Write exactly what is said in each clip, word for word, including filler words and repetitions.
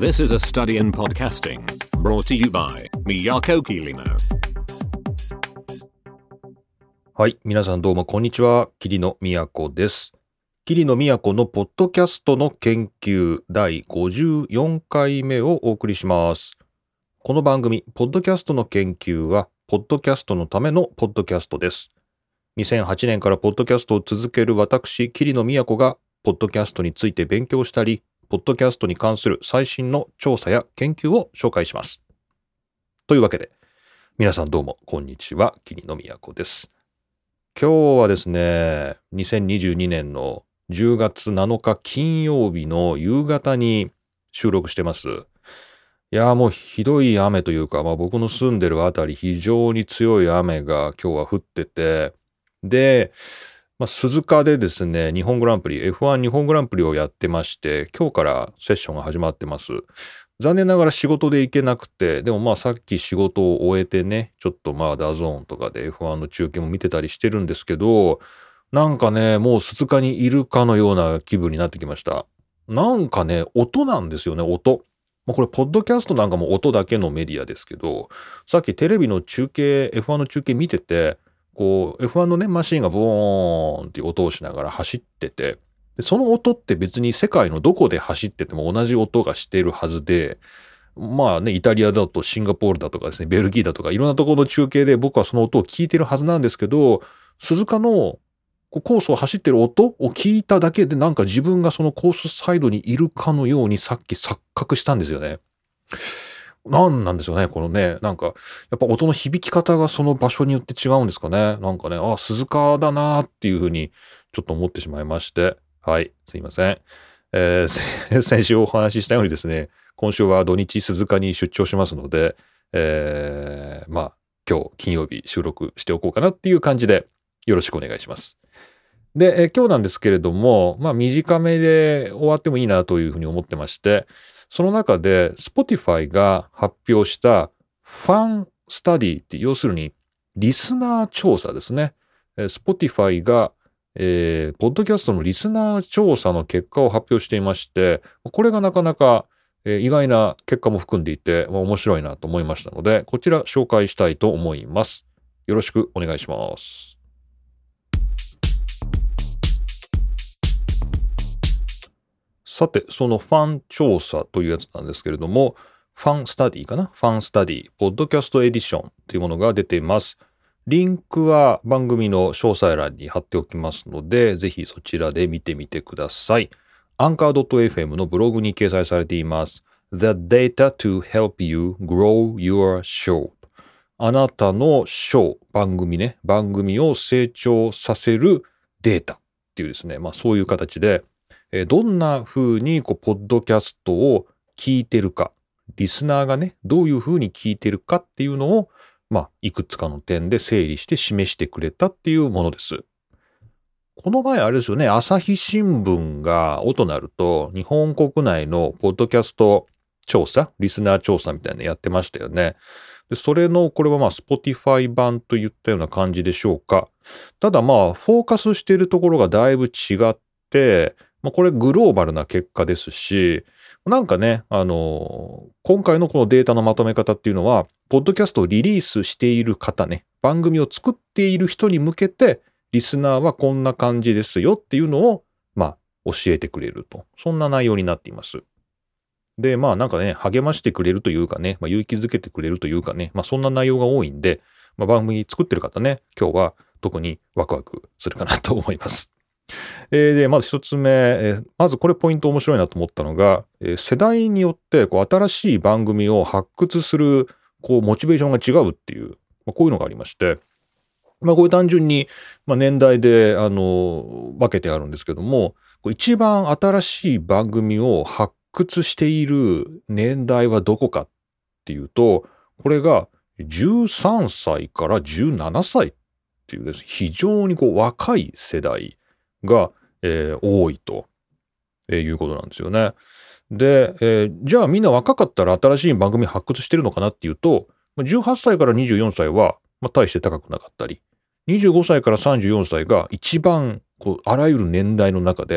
This is a study in podcasting brought to you by Miyako Kirino。 はい、皆さんどうもこんにちは。桐野都です。桐野都のポッドキャストの研究だいごじゅうよんかいめをお送りします。この番組、ポッドキャストの研究は、ポッドキャストのためのポッドキャストです。にせんはちねんからポッドキャストを続ける私、桐野都が、ポッドキャストについて勉強したり、ポッドキャストに関する最新の調査や研究を紹介します。というわけで、皆さんどうもこんにちは、桐野都です。今日はですね、にせんにじゅうにねんのじゅうがつなのか金曜日の夕方に収録してます。いやーもうひどい雨というか、まあ、僕の住んでるあたり非常に強い雨が今日は降ってて、で、まあ、鈴鹿でですね、日本グランプリ、エフワン 日本グランプリをやってまして、今日からセッションが始まってます。残念ながら仕事で行けなくて、でもまあさっき仕事を終えてね、ちょっとまあダゾーンとかで エフワン の中継も見てたりしてるんですけど、なんかね、もう鈴鹿にいるかのような気分になってきました。なんかね、音なんですよね、音。まあ、これ、ポッドキャストなんかも音だけのメディアですけど、さっきテレビの中継、エフワン の中継見てて、こう エフワン のねマシンがボーンっていう音をしながら走ってて、でその音って別に世界のどこで走ってても同じ音がしてるはずで、まあねイタリアだとシンガポールだとかですね、ベルギーだとかいろんなところの中継で僕はその音を聞いてるはずなんですけど、鈴鹿のこうコースを走ってる音を聞いただけでなんか自分がそのコースサイドにいるかのようにさっき錯覚したんですよね。なんなんでしょうね、このね、なんか、やっぱ音の響き方がその場所によって違うんですかね。なんかね、あ、鈴鹿だなっていうふうにちょっと思ってしまいまして、はい、すいません。えー、先週お話ししたようにですね、今週は土日鈴鹿に出張しますので、えー、まあ、今日金曜日収録しておこうかなっていう感じで、よろしくお願いします。で、え今日なんですけれども、まあ短めで終わってもいいなというふうに思ってまして、その中で Spotify が発表したファンスタディって要するにリスナー調査ですね。Spotify が、えー、ポッドキャストのリスナー調査の結果を発表していまして、これがなかなか、えー、意外な結果も含んでいて、まあ、面白いなと思いましたので、こちら紹介したいと思います。よろしくお願いします。さて、そのファン調査というやつなんですけれども、ファンスタディかなファンスタディ、ポッドキャストエディションというものが出ています。リンクは番組の詳細欄に貼っておきますので、ぜひそちらで見てみてください。アンカー ドットエフエム のブログに掲載されています。The data to help you grow your show。あなたのショー、番組ね、番組を成長させるデータっていうですね、まあそういう形で、どんな風にこうポッドキャストを聞いてるか、リスナーがね、どういう風に聞いてるかっていうのを、まあ、いくつかの点で整理して示してくれたっていうものです。この場合あれですよね、朝日新聞が音なると、日本国内のポッドキャスト調査、リスナー調査みたいなのやってましたよね。でそれの、これはまあ、Spotify 版といったような感じでしょうか。ただまあ、フォーカスしているところがだいぶ違って、まあ、これグローバルな結果ですし、なんかね、あのー、今回のこのデータのまとめ方っていうのは、ポッドキャストをリリースしている方ね、番組を作っている人に向けて、リスナーはこんな感じですよっていうのを、まあ、教えてくれると。そんな内容になっています。で、まあなんかね、励ましてくれるというかね、まあ、勇気づけてくれるというかね、まあそんな内容が多いんで、まあ、番組作ってる方ね、今日は特にワクワクするかなと思います。えー、で、まず一つ目、えー、まずこれポイント面白いなと思ったのが、えー、世代によってこう新しい番組を発掘するこうモチベーションが違うっていう、まあ、こういうのがありまして、まあ、これ単純に、まあ、年代で、あの、分けてあるんですけども、一番新しい番組を発掘している年代はどこかっていうと、これがじゅうさんさいからじゅうななさいっていうです、非常にこう若い世代が、えー、多いと、えー、いうことなんですよね。で、えー、じゃあみんな若かったら新しい番組発掘してるのかなっていうと、じゅうはっさいからにじゅうよんさいは、まあ、大して高くなかったり、にじゅうごさいからさんじゅうよんさいが一番こうあらゆる年代の中で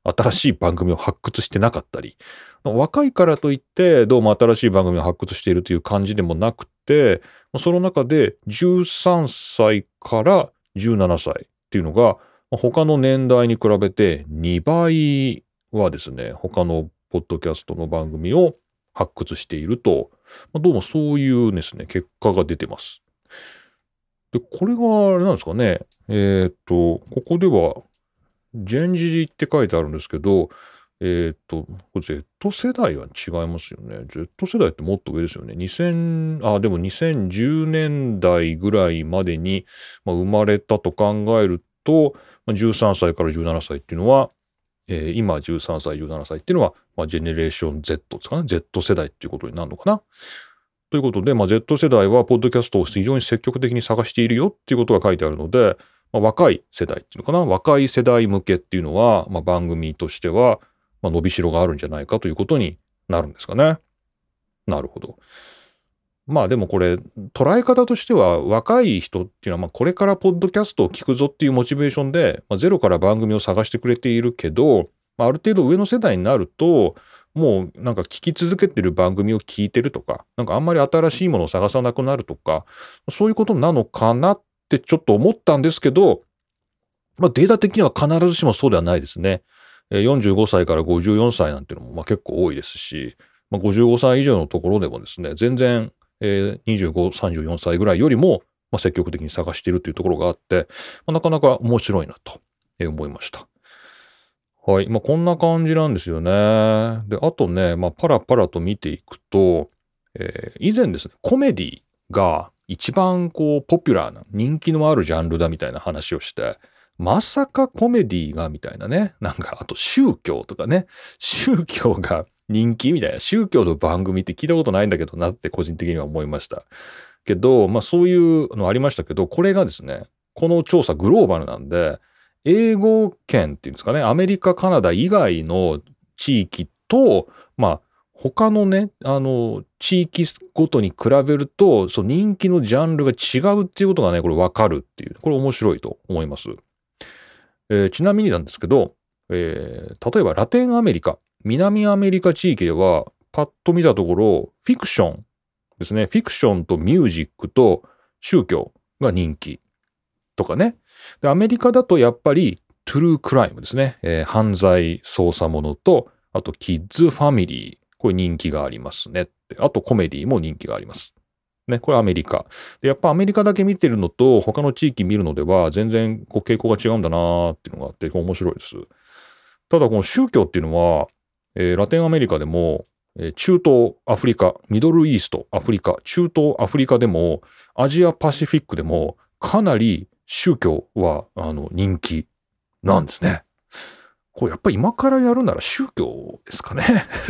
新しい番組を発掘してなかったり、若いからといってどうも新しい番組を発掘しているという感じでもなくて、その中でじゅうさんさいからじゅうななさいっていうのが他の年代に比べてにばいはですね、他のポッドキャストの番組を発掘していると、どうもそういうですね、結果が出てます。で、これがあれなんですかね、えーっと、ここではジェンジジって書いてあるんですけど、えーっと、これ Z 世代は違いますよね。Z 世代ってもっと上ですよね。にせん、あ、でもにせんじゅうねんだいぐらいまでに、まあ、生まれたと考えると、まあ、じゅうさんさいからじゅうななさいっていうのは、えー今じゅうさんさい、じゅうななさいっていうのは、まあ、ジェネレーション Z ですかね。Z 世代っていうことになるのかな。ということで、まあ、Z 世代はポッドキャストを非常に積極的に探しているよっていうことが書いてあるので、まあ、若い世代っていうのかな、若い世代向けっていうのは、まあ、番組としては、まあ、伸びしろがあるんじゃないかということになるんですかね。なるほど。まあでもこれ捉え方としては若い人っていうのはまあこれからポッドキャストを聞くぞっていうモチベーションで、まあ、ゼロから番組を探してくれているけど、まあ、ある程度上の世代になるともうなんか聞き続けてる番組を聞いてるとか、なんかあんまり新しいものを探さなくなるとか、そういうことなのかなってちょっと思ったんですけど、まあ、データ的には必ずしもそうではないですね。よんじゅうごさいからごじゅうよんさいなんていうのもまあ結構多いですし、まあ、ごじゅうごさい以上のところでもですね、全然、えー、にじゅうご、さんじゅうよんさいぐらいよりも、まあ、積極的に探しているというところがあって、まあ、なかなか面白いなと思いました。はい。まあ、こんな感じなんですよね。で、あとね、まあ、パラパラと見ていくと、えー以前ですね、コメディが一番こう、ポピュラーな、人気のあるジャンルだみたいな話をして、まさかコメディがみたいなね、なんか、あと宗教とかね、宗教が人気みたいな、宗教の番組って聞いたことないんだけどなって個人的には思いました。けど、まあそういうのありましたけど、これがですね、この調査グローバルなんで、英語圏っていうんですかね、アメリカ、カナダ以外の地域と、まあ、他のね、あの、地域ごとに比べると、その人気のジャンルが違うっていうことがね、これわかるっていう、これ面白いと思います。えーちなみになんですけど、えー例えばラテンアメリカ、南アメリカ地域では、パッと見たところ、フィクションですね、フィクションとミュージックと宗教が人気とかね。で、アメリカだとやっぱりトゥルークライムですね。えー犯罪捜査ものと、あとキッズファミリー。これ人気がありますねって。あとコメディも人気があります。ね、これアメリカ。で、やっぱアメリカだけ見てるのと他の地域見るのでは全然こう傾向が違うんだなーっていうのがあって面白いです。ただこの宗教っていうのは、えーラテンアメリカでも、えー中東アフリカ、ミドルイーストアフリカ、中東アフリカでも、アジアパシフィックでもかなり宗教はあの人気なんですね。これやっぱり今からやるなら宗教ですかね。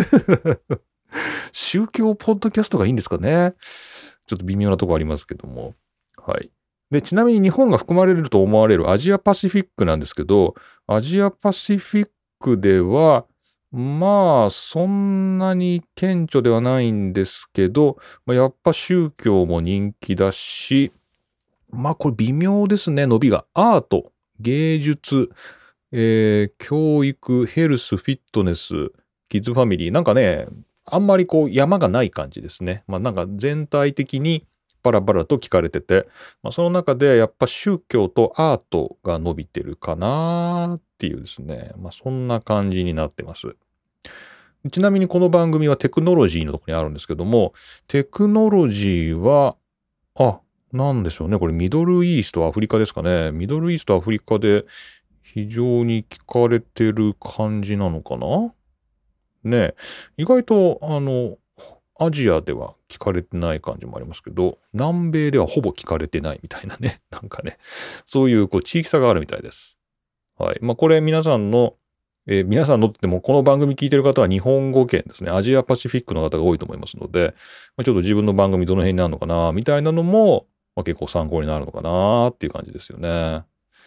宗教ポッドキャストがいいんですかね。ちょっと微妙なとこありますけども。はい。で、ちなみに日本が含まれると思われるアジアパシフィックなんですけど、アジアパシフィックでは、まあ、そんなに顕著ではないんですけど、まあやっぱ宗教も人気だし、まあこれ微妙ですね、伸びが。アート、芸術、えー教育、ヘルス、フィットネス、キッズファミリー。なんかね、あんまりこう山がない感じですね。まあなんか全体的にバラバラと聞かれてて、まあ、その中でやっぱ宗教とアートが伸びてるかなっていうですね。まあそんな感じになってます。ちなみにこの番組はテクノロジーのところにあるんですけども、テクノロジーは、あ、なんでしょうね。これミドルイーストアフリカですかね。ミドルイーストアフリカで非常に聞かれてる感じなのかなね。意外と、あの、アジアでは聞かれてない感じもありますけど、南米ではほぼ聞かれてないみたいなね。なんかね、そういうこう地域差があるみたいです。はい。まあこれ皆さんの、えー皆さんのってもこの番組聞いてる方は日本語圏ですね。アジアパシフィックの方が多いと思いますので、まあ、ちょっと自分の番組どの辺になるのかなみたいなのも、まあ、結構参考になるのかなっていう感じですよね。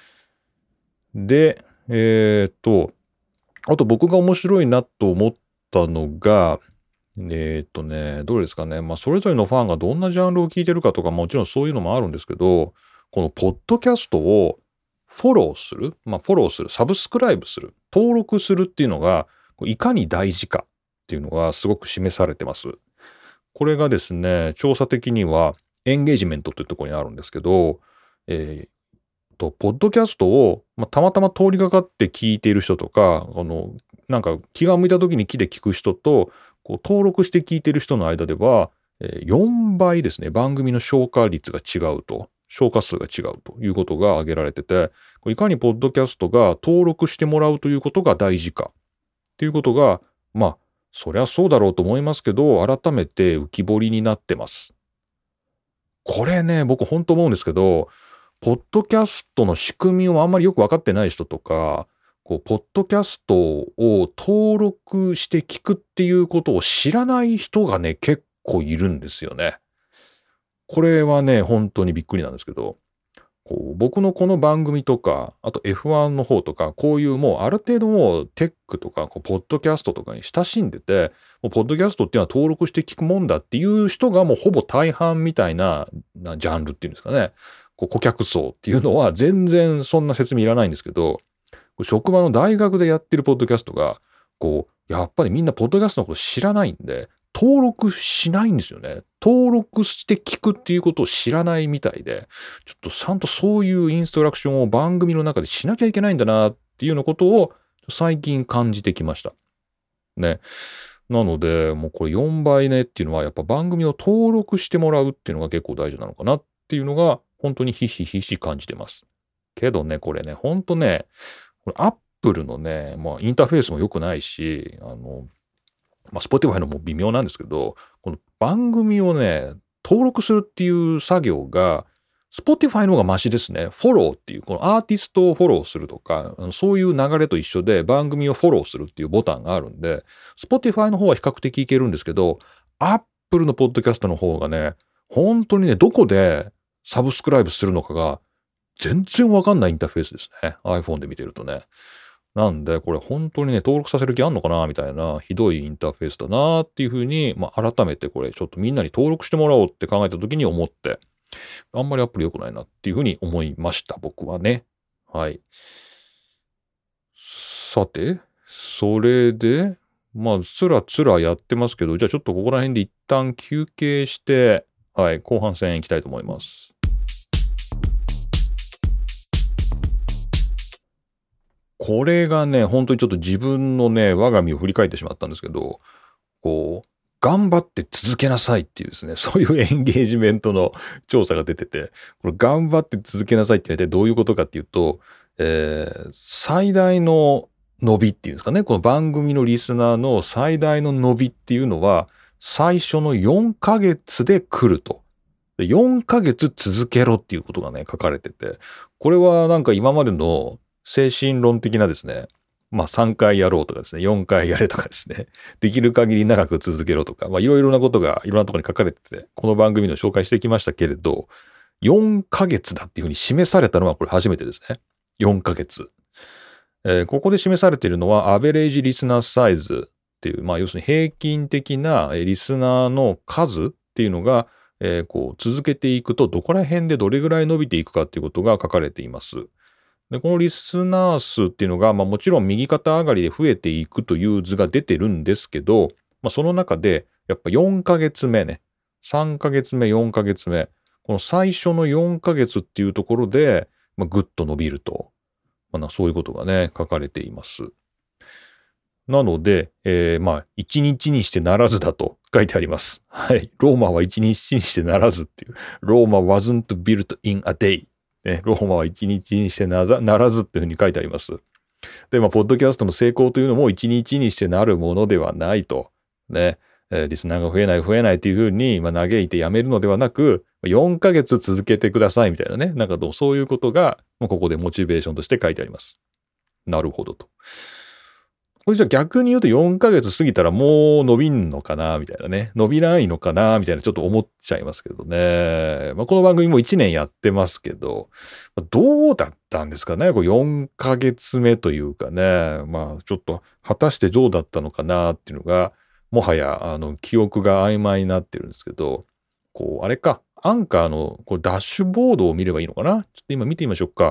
で、えーっと、あと僕が面白いなと思ったのが、えーっとね、どれですかね。まあ、それぞれのファンがどんなジャンルを聞いてるかとか、もちろんそういうのもあるんですけど、このポッドキャストをフォローする、まあ、フォローする、サブスクライブする、登録するっていうのが、いかに大事かっていうのがすごく示されてます。これがですね、調査的にはエンゲージメントというところにあるんですけど、えー、と、ポッドキャストを、まあ、たまたま通りがかって聞いている人とか、あの、なんか気が向いた時に木で聞く人と、こう登録して聞いている人の間では、えー、よんばいですね、番組の消化率が違うと、消化数が違うということが挙げられてて、いかにポッドキャストが登録してもらうということが大事かっていうことが、まあ、そりゃそうだろうと思いますけど、改めて浮き彫りになってます。これね、僕本当思うんですけど、ポッドキャストの仕組みをあんまりよく分かってない人とか、こう、ポッドキャストを登録して聞くっていうことを知らない人がね、結構いるんですよね。これはね、本当にびっくりなんですけど、こう僕のこの番組とか、あと エフワン の方とか、こういうもうある程度もうテックとか、こうポッドキャストとかに親しんでて、もうポッドキャストっていうのは登録して聞くもんだっていう人がもうほぼ大半みたいな、なジャンルっていうんですかね。こう顧客層っていうのは全然そんな説明いらないんですけど、職場の大学でやってるポッドキャストが、こう、やっぱりみんなポッドキャストのこと知らないんで、登録しないんですよね。登録して聞くっていうことを知らないみたいで、ちょっとちゃんとそういうインストラクションを番組の中でしなきゃいけないんだなっていうようなことを最近感じてきました。ね。なので、もうこれよんばいねっていうのはやっぱ番組を登録してもらうっていうのが結構大事なのかなっていうのが本当にひしひし感じてます。けどね、これね、ほんとね、これアップルのね、まあインターフェースも良くないし、あの、まあ、Spotify のも微妙なんですけど、この番組をね、登録するっていう作業が、Spotify の方がマシですね。フォローっていう、このアーティストをフォローするとか、そういう流れと一緒で番組をフォローするっていうボタンがあるんで、Spotify の方は比較的いけるんですけど、Apple のポッドキャストの方がね、本当にね、どこでサブスクライブするのかが全然わかんないインターフェースですね。iPhone で見てるとね。なんで、これ本当にね、登録させる気あんのかなみたいな、ひどいインターフェースだなっていうふうに、まあ、改めてこれ、ちょっとみんなに登録してもらおうって考えた時に思って、あんまりアプリ良くないなっていうふうに思いました、僕はね。はい。さて、それで、まあ、つらつらやってますけど、じゃあちょっとここら辺で一旦休憩して、はい、後半戦行きたいと思います。これがね、本当にちょっと自分のね、我が身を振り返ってしまったんですけど、こう、頑張って続けなさいっていうですね、そういうエンゲージメントの調査が出てて、これ頑張って続けなさいって一体どういうことかっていうと、えー、最大の伸びっていうんですかね、この番組のリスナーの最大の伸びっていうのは、最初のよんかげつで来ると。よんかげつ続けろっていうことがね、書かれてて、これはなんか今までの精神論的なですね、まあさんかいやろうとかですね、よんかいやれとかですね、できる限り長く続けろとか、まあいろいろなことがいろんなところに書かれてて、この番組の紹介してきましたけれど、よんかげつだっていうふうに示されたのはこれ初めてですね。よんかげつ。えーここで示されているのはアベレージリスナーサイズっていう、まあ要するに平均的なえーリスナーの数っていうのが、えーこう続けていくとどこら辺でどれぐらい伸びていくかっていうことが書かれています。で、このリスナー数っていうのが、まあもちろん右肩上がりで増えていくという図が出てるんですけど、まあその中で、やっぱよんかげつめね、さんかげつめ、よんかげつめ、この最初のよんかげつっていうところで、まあ、ぐっと伸びると。まあ、そういうことがね、書かれています。なので、えー、まあ、一日にしてならずだと書いてあります。はい。ローマは一日にしてならずっていう。ローマ wasn't built in a day。ね、ローマは一日にしてならずっていうふうに書いてあります。で、まあ、ポッドキャストの成功というのも一日にしてなるものではないと。ね。えー、リスナーが増えない増えないっていうふうに、まあ、嘆いてやめるのではなく、よんかげつ続けてくださいみたいなね。なんかどうそういうことが、ここでモチベーションとして書いてあります。なるほどと。これじゃあ逆に言うとよんかげつ過ぎたらもう伸びんのかなみたいなね。伸びないのかなみたいなちょっと思っちゃいますけどね。まあ、この番組もいちねんやってますけど、どうだったんですかねこれよんかげつめというかね。まあちょっと果たしてどうだったのかなっていうのが、もはやあの記憶が曖昧になってるんですけど、こう、あれか。アンカーのこれダッシュボードを見ればいいのかなちょっと今見てみましょうか。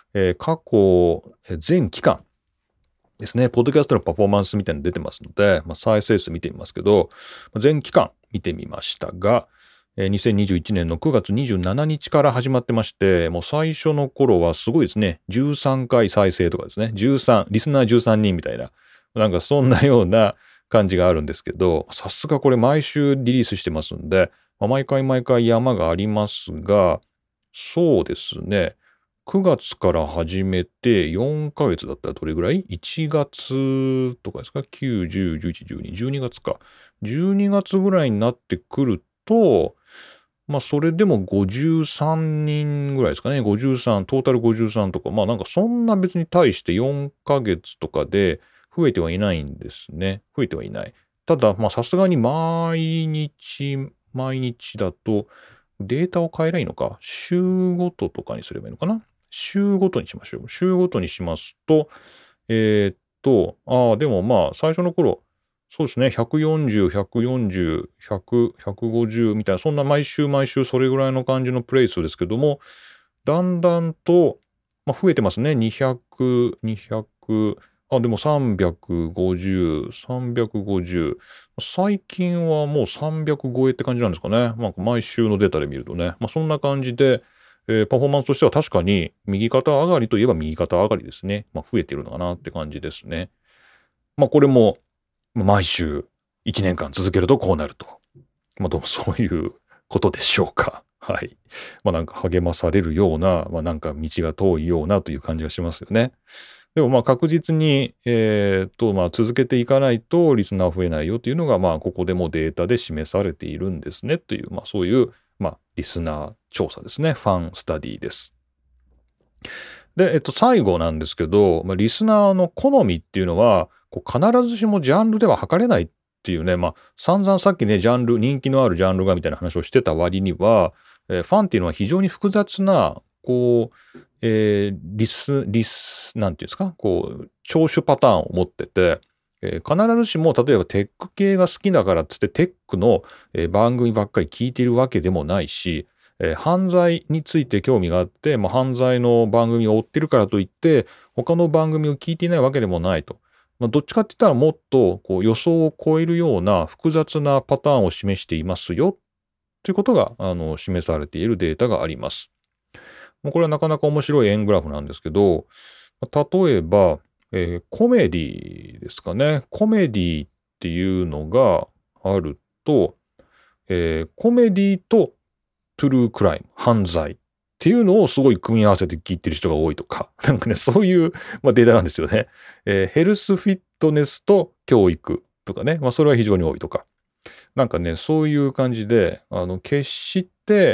えー過去、えー全期間ですね、ポッドキャストのパフォーマンスみたいなの出てますので、まあ、再生数見てみますけど、まあ全期間見てみましたが、えーにせんにじゅういちねんのくがつにじゅうしちにちから始まってまして、もう最初の頃はすごいですね、じゅうさんかい再生とかですね、じゅうさん、リスナーじゅうさんにんみたいな、なんかそんなような感じがあるんですけど、さすがこれ毎週リリースしてますんで、まあ毎回毎回山がありますが、そうですね、くがつから始めてよんかげつだったらどれぐらい ?いち 月とかですか ?きゅう、じゅう、じゅういち、じゅうに、じゅうにがつか。じゅうにがつぐらいになってくると、まあそれでもごじゅうさんにんぐらいですかね。ごじゅうさん、トータルごじゅうさんとか、まあなんかそんな別に対してよんかげつとかで増えてはいないんですね。増えてはいない。ただ、まあさすがに毎日、毎日だとデータを変えればいいのか。週ごととかにすればいいのかな。週ごとにしましょう。週ごとにしますと、えーっと、ああ、でもまあ、最初の頃、そうですね、ひゃくよんじゅう、ひゃくよんじゅう、ひゃく、ひゃくごじゅうみたいな、そんな毎週毎週それぐらいの感じのプレイ数ですけども、だんだんと、まあ、増えてますね。にひゃく、にひゃく、あ、でもさんびゃくごじゅう、さんびゃくごじゅう。最近はもうさんびゃく超えって感じなんですかね。なんか毎週のデータで見るとね。まあそんな感じで、えーパフォーマンスとしては確かに右肩上がりといえば右肩上がりですね。まあ増えてるのかなって感じですね。まあこれもまあ毎週いちねんかん続けるとこうなると。まあどうもそういうことでしょうか。はい。まあなんか励まされるような、まあなんか道が遠いようなという感じがしますよね。でもまあ確実に、えーと、まあ続けていかないとリスナー増えないよというのが、まあここでもデータで示されているんですねという、まあそういう、まあリスナー調査ですね。ファンスタディです。で、えっと、最後なんですけど、まあ、リスナーの好みっていうのは、こう必ずしもジャンルでは測れないっていうね、まあ、散々さっきね、ジャンル、人気のあるジャンルがみたいな話をしてた割には、えーファンっていうのは非常に複雑な、こう、えーリス、リス、なんていうんですか、こう、聴取パターンを持ってて、えー必ずしも、例えばテック系が好きだからっつってテックの、えー番組ばっかり聞いているわけでもないし、えー犯罪について興味があって、まあ、犯罪の番組を追ってるからといって、他の番組を聞いていないわけでもないと。まあ、どっちかって言ったらもっとこう予想を超えるような複雑なパターンを示していますよということがあの示されているデータがあります。もうこれはなかなか面白い円グラフなんですけど、例えば、えーコメディですかね。コメディっていうのがあると、えーコメディとトゥルークライム、犯罪っていうのをすごい組み合わせて聞いてる人が多いとか、なんかね、そういう、まあ、データなんですよね。えーヘルスフィットネスと教育とかね、まあ、それは非常に多いとか。なんかね、そういう感じで、あの、決して、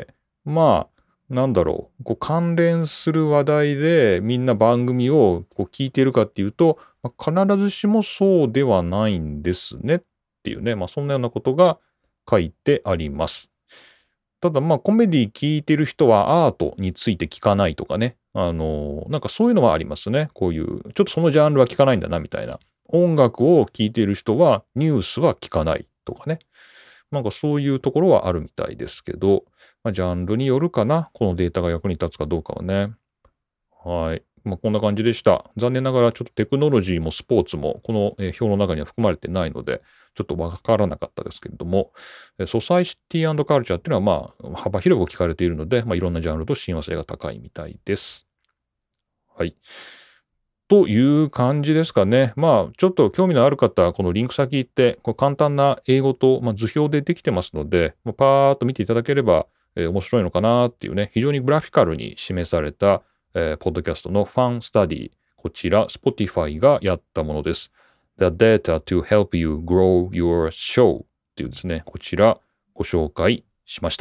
まあ、なんだろう、こう関連する話題でみんな番組をこう聞いているかっていうと、まあ必ずしもそうではないんですねっていうね、まあそんなようなことが書いてあります。ただまあコメディ聞いてる人はアートについて聞かないとかね。あの、なんかそういうのはありますね。こういう、ちょっとそのジャンルは聞かないんだなみたいな。音楽を聞いている人はニュースは聞かないとかね。なんかそういうところはあるみたいですけど、まあ、ジャンルによるかな。このデータが役に立つかどうかはね。はい。まあ、こんな感じでした。残念ながらちょっとテクノロジーもスポーツもこのえー表の中には含まれてないので、ちょっとわからなかったですけれども、えソサイティカルチャーっていうのはまあ幅広く聞かれているので、まあ、いろんなジャンルと親和性が高いみたいです。はい。という感じですかね。まあ、ちょっと興味のある方は、このリンク先行って、こう簡単な英語と、まあ、図表でできてますので、まあ、パーッと見ていただければ、えー面白いのかなっていうね、非常にグラフィカルに示された、えーポッドキャストのファンスタディ。こちら、Spotify がやったものです。The data to help you grow your show っていうですね、こちらご紹介しました。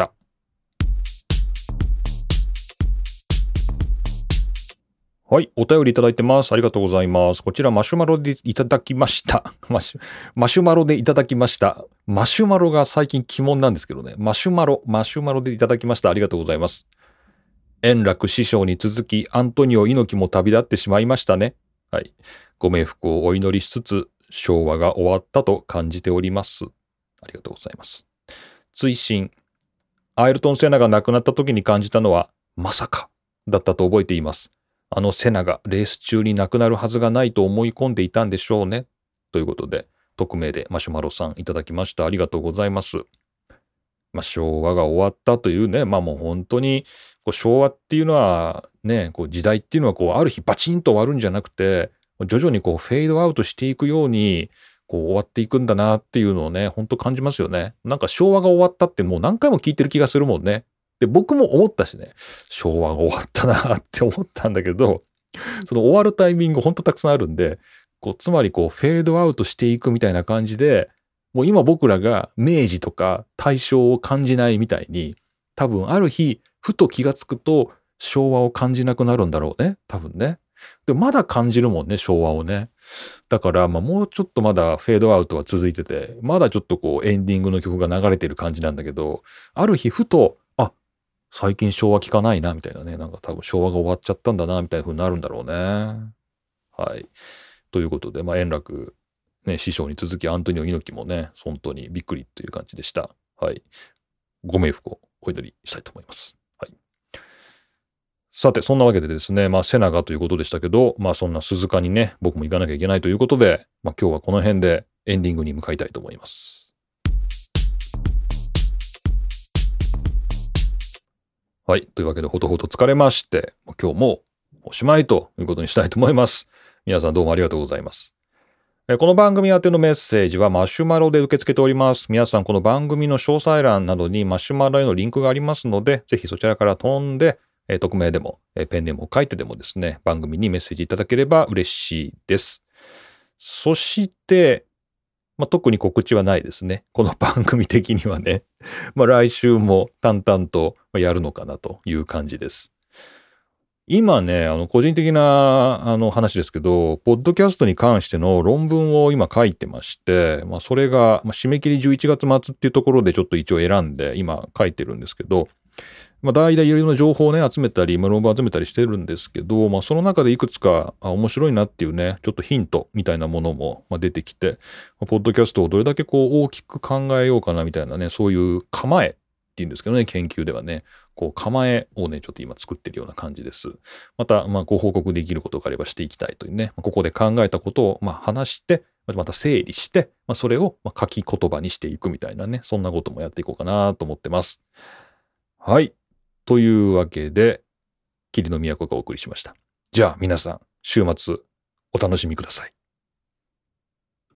はい。お便りいただいてます。ありがとうございます。こちらマシュマロでいただきました。マシュ、マシュマロでいただきました。マシュマロが最近鬼門なんですけどね。マシュマロ、マシュマロでいただきました。ありがとうございます。円楽師匠に続き、アントニオ猪木も旅立ってしまいましたね。はい。ご冥福をお祈りしつつ、昭和が終わったと感じております。ありがとうございます。追伸。アイルトン・セナが亡くなった時に感じたのは、まさか、だったと覚えています。 あのセナがレース中に亡くなるはずがないと思い込んでいたんでしょうね。ということで、匿名でマシュマロさんいただきました。ありがとうございます。まあ、昭和が終わったというね、まあもう本当にこう昭和っていうのはね、こう時代っていうのはこうある日バチンと終わるんじゃなくて、徐々にこうフェードアウトしていくようにこう終わっていくんだなっていうのをね、本当感じますよね。なんか昭和が終わったってもう何回も聞いてる気がするもんね。で、僕も思ったしね、昭和が終わったなって思ったんだけど、その終わるタイミング本当たくさんあるんで、こうつまりこうフェードアウトしていくみたいな感じで、もう今僕らが明治とか大正を感じないみたいに、多分ある日ふと気がつくと昭和を感じなくなるんだろうね、多分ね。でまだ感じるもんね、昭和をね。だからまあもうちょっとまだフェードアウトは続いてて、まだちょっとこうエンディングの曲が流れてる感じなんだけど、ある日ふとあ、最近昭和聞かないなみたいなね、なんか多分昭和が終わっちゃったんだなみたいな風になるんだろうね。はい。ということで、まあ円楽ね、師匠に続きアントニオ猪木もね、本当にびっくりという感じでした。はい。ご冥福をお祈りしたいと思います。はい。さて、そんなわけでですね、まあ、セナガということでしたけど、まあ、そんな鈴鹿にね、僕も行かなきゃいけないということで、まあ、今日はこの辺でエンディングに向かいたいと思います。はい。というわけで、ほとほと疲れまして、今日もおしまいということにしたいと思います。皆さんどうもありがとうございます。この番組宛てのメッセージはマシュマロで受け付けております。皆さんこの番組の詳細欄などにマシュマロへのリンクがありますので、ぜひそちらから飛んで、匿名でもペンネームを書いてでもですね、番組にメッセージいただければ嬉しいです。そして、まあ、特に告知はないですね。この番組的にはね。まあ、来週も淡々とやるのかなという感じです。今ね、あの、個人的な、あの、話ですけど、ポッドキャストに関しての論文を今書いてまして、まあ、それが、まあ、締め切りじゅういちがつ末っていうところでちょっと一応選んで、今書いてるんですけど、まあ、大体いろいろな情報をね、集めたり、まあ、論文集めたりしてるんですけど、まあ、その中でいくつか、あ、面白いなっていうね、ちょっとヒントみたいなものも、まあ、出てきて、まあ、ポッドキャストをどれだけこう大きく考えようかなみたいなね、そういう構えっていうんですけどね、研究ではね、こう構えをね、ちょっと今作ってるような感じです。また、まあ、ご報告できることがあればしていきたいというね、ここで考えたことを、まあ、話して、また整理して、まあ、それをまあ書き言葉にしていくみたいなね、そんなこともやっていこうかなと思ってます。はい。というわけで、霧の都がお送りしました。じゃあ皆さん、週末お楽しみください。